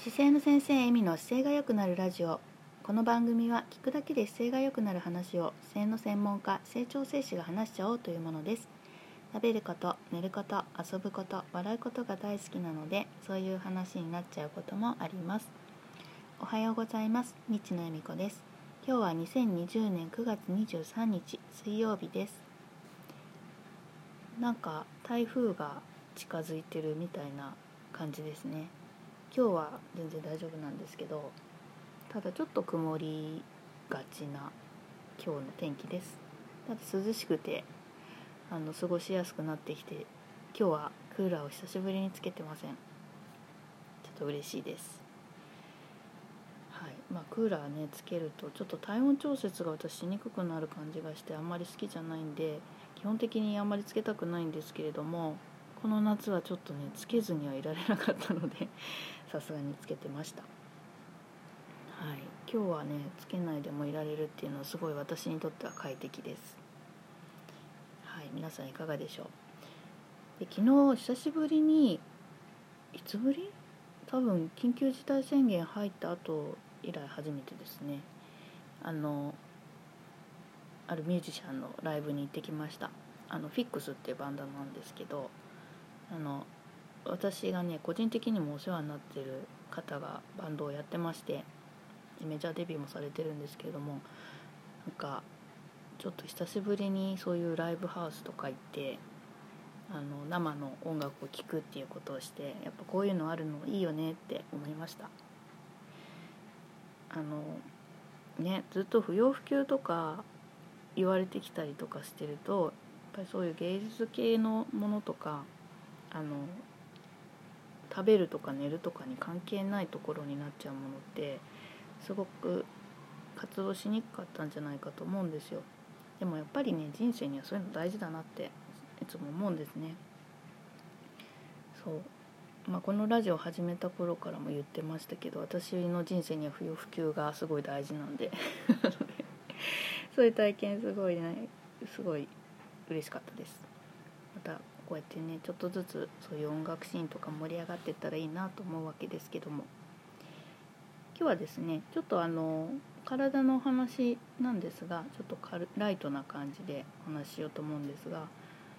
姿勢の先生エミの姿勢が良くなるラジオ。この番組は聞くだけで姿勢が良くなる話を姿勢の専門家、姿勢調整士が話しちゃおうというものです。食べること、寝ること、遊ぶこと、笑うことが大好きなので、そういう話になっちゃうこともあります。おはようございます。みちのえみこです。今日は2020年9月23日水曜日です。なんか台風が近づいてるみたいな感じですね。今日は全然大丈夫なんですけど、ただちょっと曇りがちな今日の天気です。ただ涼しくて過ごしやすくなってきて、今日はクーラーを久しぶりにつけてません。ちょっと嬉しいです。はい。クーラーねつけるとちょっと体温調節が私しにくくなる感じがしてあんまり好きじゃないんで、基本的にあんまりつけたくないんですけれども、この夏はちょっとねつけずにはいられなかったのでさすがにつけてました。はい、今日はねつけないでもいられるっていうのはすごい私にとっては快適です。はい、皆さんいかがでしょう。で、昨日久しぶりに、いつぶり？多分緊急事態宣言入った後以来初めてですね。あるミュージシャンのライブに行ってきました。フィックスっていうバンドなんですけど、私がね個人的にもお世話になっている方がバンドをやってまして、メジャーデビューもされてるんですけれども、なんかちょっと久しぶりにそういうライブハウスとか行って生の音楽を聴くっていうことをして、やっぱこういうのあるのいいよねって思いました。ずっと不要不急とか言われてきたりとかしてると、やっぱりそういう芸術系のものとか食べるとか寝るとかに関係ないところになっちゃうものってすごく活動しにくかったんじゃないかと思うんですよ。でもやっぱりね人生にはそういうの大事だなっていつも思うんですね。そう、このラジオを始めた頃からも言ってましたけど、私の人生には不要不急がすごい大事なんでそういう体験すごい嬉しかったです。またこうやってねちょっとずつそういう音楽シーンとか盛り上がっていったらいいなと思うわけですけども、今日はですねちょっと体の話なんですが、ちょっとライトな感じでお話ししようと思うんですが、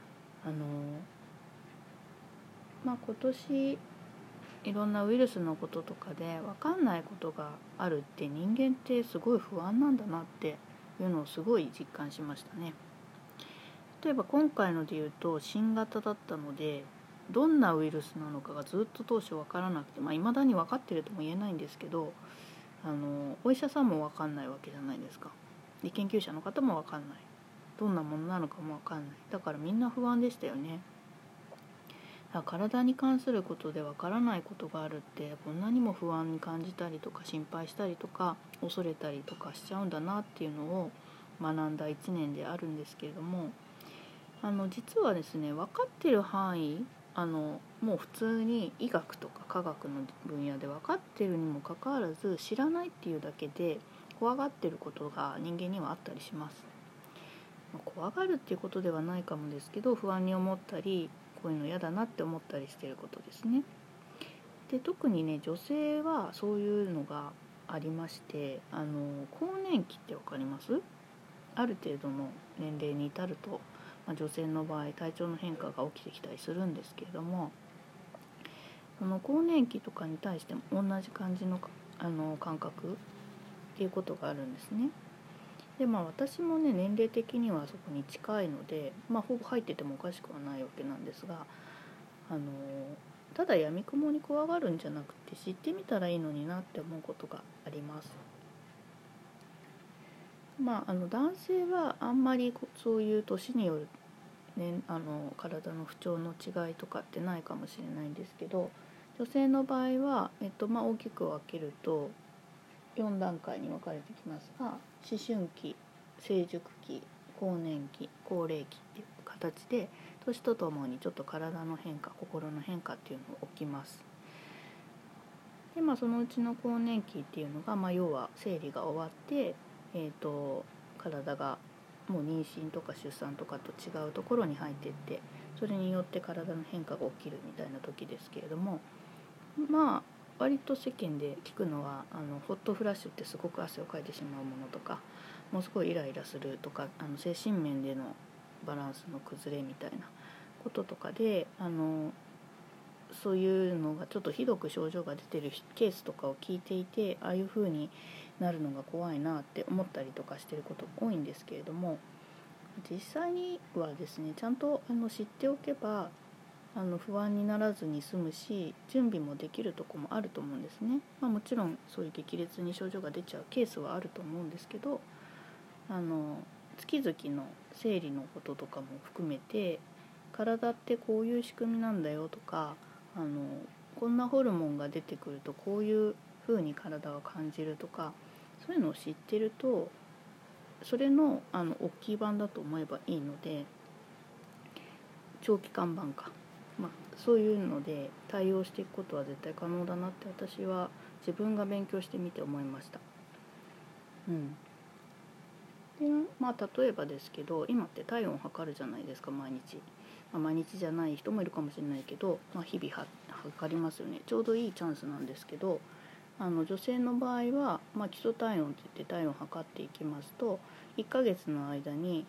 今年いろんなウイルスのこととかで分かんないことがあるって、人間ってすごい不安なんだなっていうのをすごい実感しましたね。例えば今回ので言うと新型だったので、どんなウイルスなのかがずっと当初分からなくて、未だに分かってるとも言えないんですけど、お医者さんも分かんないわけじゃないですか。で研究者の方も分かんない、どんなものなのかも分かんない。だからみんな不安でしたよね。体に関することで分からないことがあるって、こんなにも不安に感じたりとか心配したりとか恐れたりとかしちゃうんだなっていうのを学んだ1年であるんですけれども、実はですね分かってる範囲、もう普通に医学とか科学の分野で分かってるにもかかわらず、知らないっていうだけで怖がってることが人間にはあったりします。怖がるっていうことではないかもですけど、不安に思ったりこういうの嫌だなって思ったりしてることですね。で特にね女性はそういうのがありまして、更年期って分かります？ある程度の年齢に至ると、女性の場合体調の変化が起きてきたりするんですけれども、その更年期とかに対しても同じ感じの感覚っていうことがあるんですね。で私もね年齢的にはそこに近いので、ほぼ入っててもおかしくはないわけなんですが、ただやみくもに怖がるんじゃなくて、知ってみたらいいのになって思うことがあります。男性はあんまりそういう年による、ね、体の不調の違いとかってないかもしれないんですけど、女性の場合は、大きく分けると4段階に分かれてきますが、思春期、成熟期、更年期、高齢期っていう形で、年とともにちょっと体の変化、心の変化っていうのが起きます。でそのうちの更年期っていうのが、要は生理が終わって、体がもう妊娠とか出産とかと違うところに入っていって、それによって体の変化が起きるみたいな時ですけれども、 割と世間で聞くのはホットフラッシュってすごく汗をかいてしまうものとか、もうすごいイライラするとか、精神面でのバランスの崩れみたいなこととかでそういうのがちょっとひどく症状が出てるケースとかを聞いていて、ああいう風になるのが怖いなって思ったりとかしてることが多いんですけれども、実際にはですね、ちゃんと知っておけば不安にならずに済むし、準備もできるとこもあると思うんですね。もちろんそういう激烈に症状が出ちゃうケースはあると思うんですけど、月々の生理のこととかも含めて、体ってこういう仕組みなんだよとか、こんなホルモンが出てくるとこういう風に体は感じるとか、そういうのを知ってると、それの大きい版だと思えばいいので、長期間版か、そういうので対応していくことは絶対可能だなって私は自分が勉強してみて思いました。で例えばですけど、今って体温を測るじゃないですか、毎日。毎日じゃない人もいるかもしれないけど、日々測りますよね。ちょうどいいチャンスなんですけど、女性の場合は、基礎体温って言って体温を測っていきますと、1ヶ月の間に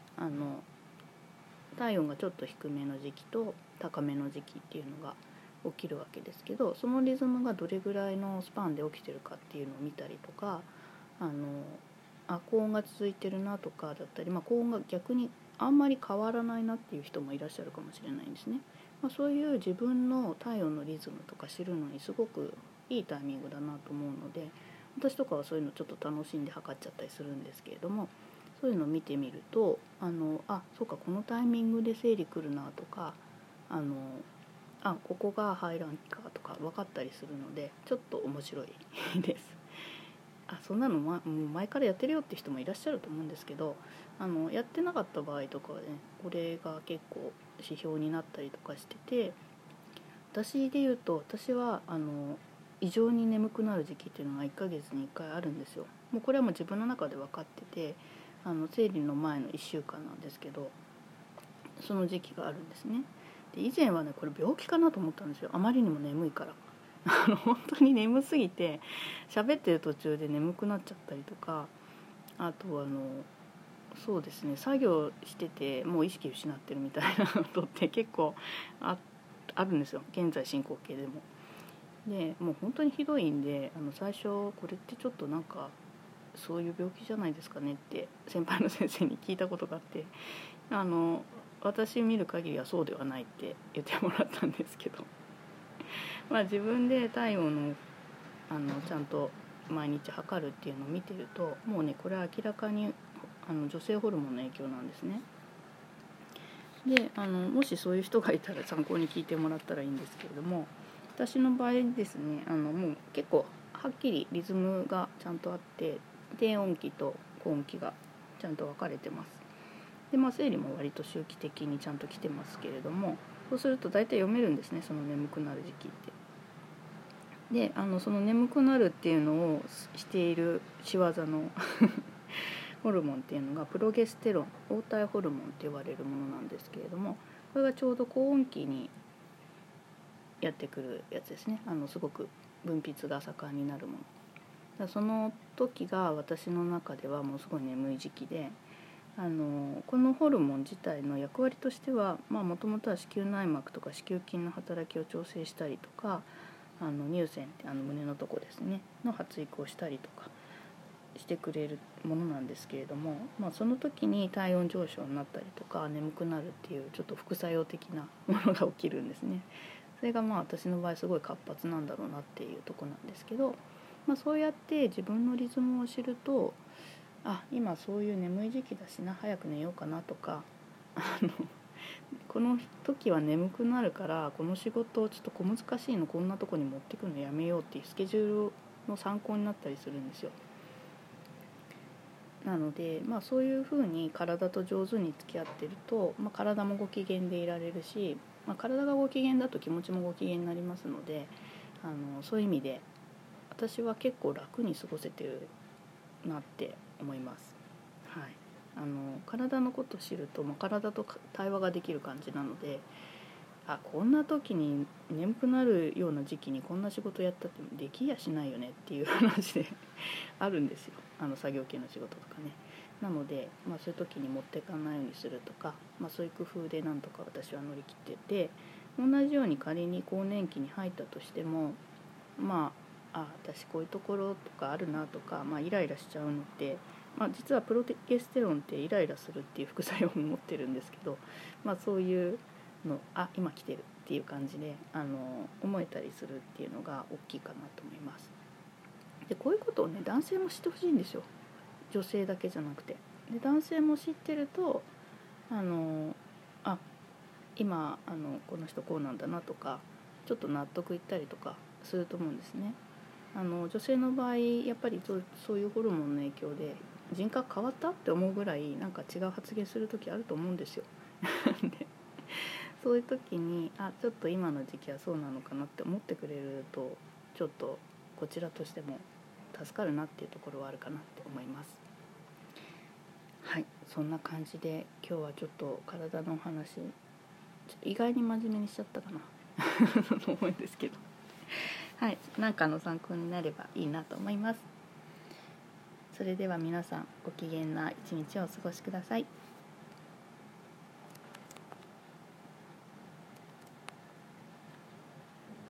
体温がちょっと低めの時期と高めの時期っていうのが起きるわけですけど、そのリズムがどれぐらいのスパンで起きてるかっていうのを見たりとか、高温が続いてるなとかだったり、高温が逆にあんまり変わらないなっていう人もいらっしゃるかもしれないんですね。そういう自分の体温のリズムとか知るのにすごくいいタイミングだなと思うので、私とかはそういうのちょっと楽しんで測っちゃったりするんですけれども、そういうのを見てみるとそうか、このタイミングで生理来るなとか、ここが排卵期かとか分かったりするので、ちょっと面白いです。そんなの、もう前からやってるよって人もいらっしゃると思うんですけど、やってなかった場合とかはね、これが結構指標になったりとかしてて、私で言うと、私は異常に眠くなる時期っていうのが1ヶ月に1回あるんですよ。もうこれはもう自分の中で分かってて、生理の前の1週間なんですけど、その時期があるんですね。で以前はね、これ病気かなと思ったんですよ。あまりにも眠いから。本当に眠すぎて喋ってる途中で眠くなっちゃったりとか、あとそうですね、作業しててもう意識失ってるみたいなことって結構あるんですよ、現在進行形でも。でもう本当にひどいんで、最初これってちょっとなんかそういう病気じゃないですかねって先輩の先生に聞いたことがあって、私見る限りはそうではないって言ってもらったんですけど、自分で体温をちゃんと毎日測るっていうのを見てると、もうね、これは明らかに女性ホルモンの影響なんですね。でもしそういう人がいたら参考に聞いてもらったらいいんですけれども、私の場合ですね、もう結構はっきりリズムがちゃんとあって、低音期と高音期がちゃんと分かれてます。で生理も割と周期的にちゃんと来てますけれども、そうすると大体読めるんですね、その眠くなる時期って。でその眠くなるっていうのをしている仕業のホルモンっていうのがプロゲステロン、黄体ホルモンって言われるものなんですけれども、これがちょうど高温期にやってくるやつですね。すごく分泌が盛んになるもの。その時が私の中ではもうすごい眠い時期で、このホルモン自体の役割としてはもともとは子宮内膜とか子宮筋の働きを調整したりとか、乳腺って胸のとこですねの発育をしたりとかしてくれるものなんですけれども、その時に体温上昇になったりとか眠くなるっていうちょっと副作用的なものが起きるんですね。それが私の場合すごい活発なんだろうなっていうとこなんですけど、そうやって自分のリズムを知ると、今そういう眠い時期だしな、早く寝ようかなとか、この時は眠くなるからこの仕事をちょっと小難しいのこんなとこに持ってくのやめようっていうスケジュールの参考になったりするんですよ。なので、そういうふうに体と上手に付き合ってると、体もご機嫌でいられるし、体がご機嫌だと気持ちもご機嫌になりますので、そういう意味で私は結構楽に過ごせてるなって思います。はい、体のことを知ると、体と対話ができる感じなので、 こんな時に眠くなるような時期にこんな仕事やったってできやしないよねっていう話であるんですよ、作業系の仕事とかね。なので、そういう時に持っていかないようにするとか、そういう工夫でなんとか私は乗り切ってて、同じように仮に更年期に入ったとしても、私こういうところとかあるなとか、イライラしちゃうのって、実はプロゲステロンってイライラするっていう副作用も持ってるんですけど、そういうの今来てるっていう感じで思えたりするっていうのが大きいかなと思います。でこういうことをね、男性も知ってほしいんですよ。女性だけじゃなくて。で男性も知ってると今この人こうなんだなとか、ちょっと納得いったりとかすると思うんですね。女性の場合やっぱりそういうホルモンの影響で人格変わったって思うぐらいなんか違う発言する時あると思うんですよでそういう時にちょっと今の時期はそうなのかなって思ってくれると、ちょっとこちらとしても助かるなっていうところはあるかなって思います。はい、そんな感じで今日はちょっと体のお話意外に真面目にしちゃったかなと思うんですけど、はい、なんかの参考になればいいなと思います。それでは皆さんご機嫌な一日をお過ごしください。